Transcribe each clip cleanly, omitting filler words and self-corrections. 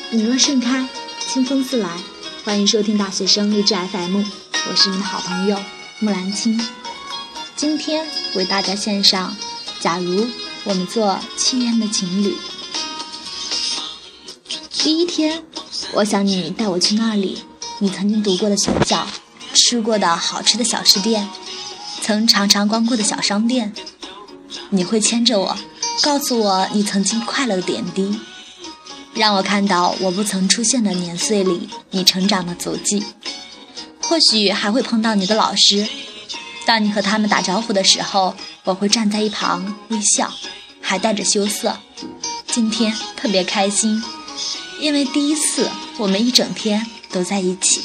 雨若盛开，清风自来，欢迎收听大学生励志 FM， 我是你的好朋友木兰青。今天为大家献上假如我们做7天的情侣。第一天，我想你带我去那里，你曾经读过的学校，吃过的好吃的小吃店，曾常常光顾的小商店。你会牵着我，告诉我你曾经快乐的点滴，让我看到我不曾出现的年岁里你成长的足迹。或许还会碰到你的老师，当你和他们打招呼的时候，我会站在一旁微笑，还带着羞涩。今天特别开心，因为第一次我们一整天都在一起。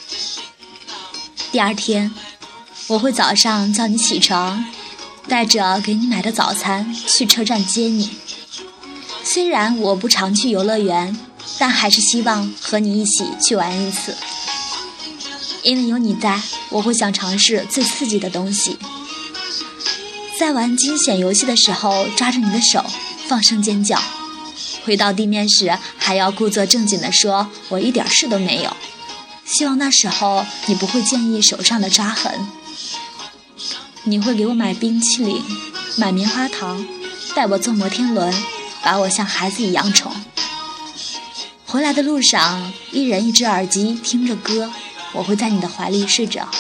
第二天，我会早上叫你起床，带着给你买的早餐去车站接你。虽然我不常去游乐园，但还是希望和你一起去玩一次。因为有你在，我会想尝试最刺激的东西。在玩惊险游戏的时候，抓着你的手放声尖叫，回到地面时还要故作正经地说我一点事都没有。希望那时候你不会介意手上的抓痕。你会给我买冰淇淋，买棉花糖，带我坐摩天轮，把我像孩子一样宠。回来的路上，一人一只耳机听着歌，我会在你的怀里睡着。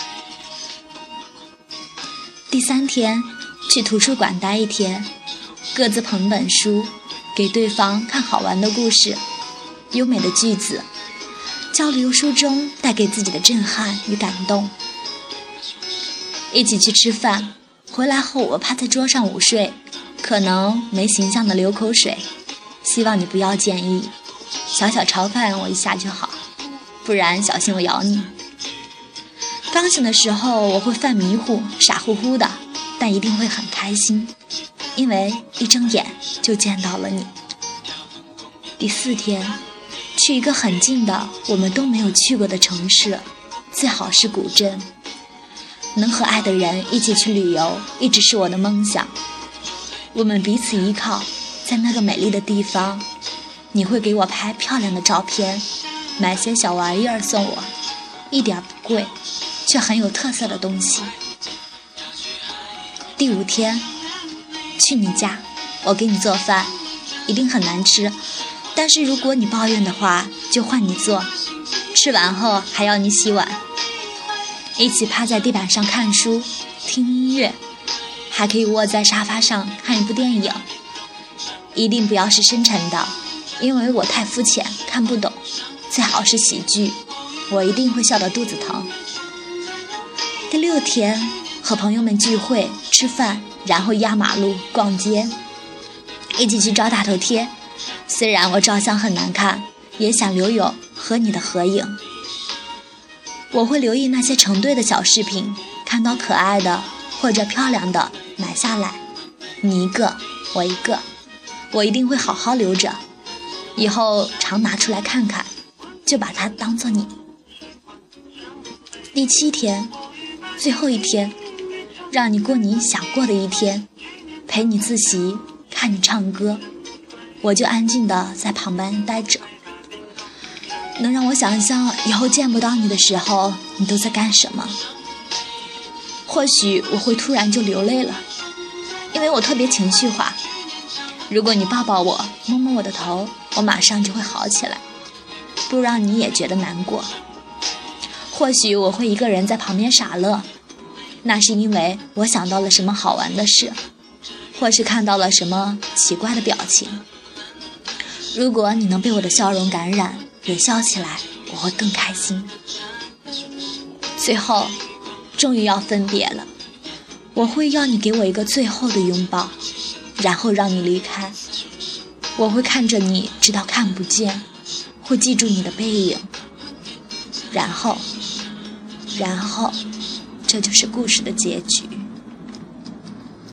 第三天，去图书馆待一天，各自捧本书，给对方看好玩的故事，优美的句子，交流书中带给自己的震撼与感动。一起去吃饭，回来后我趴在桌上午睡，可能没形象的流口水，希望你不要介意，小小嘲讽我一下就好，不然小心我咬你。刚醒的时候我会犯迷糊，傻乎乎的，但一定会很开心，因为一睁眼就见到了你。第四天，去一个很近的我们都没有去过的城市，最好是古镇。能和爱的人一起去旅游，一直是我的梦想。我们彼此依靠，在那个美丽的地方，你会给我拍漂亮的照片，买些小玩意儿送我，一点不贵，却很有特色的东西。第五天，去你家，我给你做饭，一定很难吃，但是如果你抱怨的话，就换你做，吃完后还要你洗碗。一起趴在地板上看书，听音乐，还可以窝在沙发上看一部电影。一定不要是深沉的，因为我太肤浅，看不懂。最好是喜剧，我一定会笑得肚子疼。第六天，和朋友们聚会吃饭，然后压马路逛街，一起去找大头贴。虽然我照相很难看，也想留有和你的合影。我会留意那些成对的小饰品，看到可爱的或者漂亮的买下来，你一个我一个，我一定会好好留着，以后常拿出来看看，就把它当作你。第7天，最后一天，让你过你想过的一天，陪你自习，看你唱歌，我就安静地在旁边待着。能让我想象以后见不到你的时候，你都在干什么。或许我会突然就流泪了，因为我特别情绪化。如果你抱抱我，摸摸我的头，我马上就会好起来，不让你也觉得难过。或许我会一个人在旁边傻乐，那是因为我想到了什么好玩的事，或是看到了什么奇怪的表情。如果你能被我的笑容感染，也笑起来，我会更开心。最后，终于要分别了，我会要你给我一个最后的拥抱，然后让你离开。我会看着你直到看不见，会记住你的背影，然后，这就是故事的结局。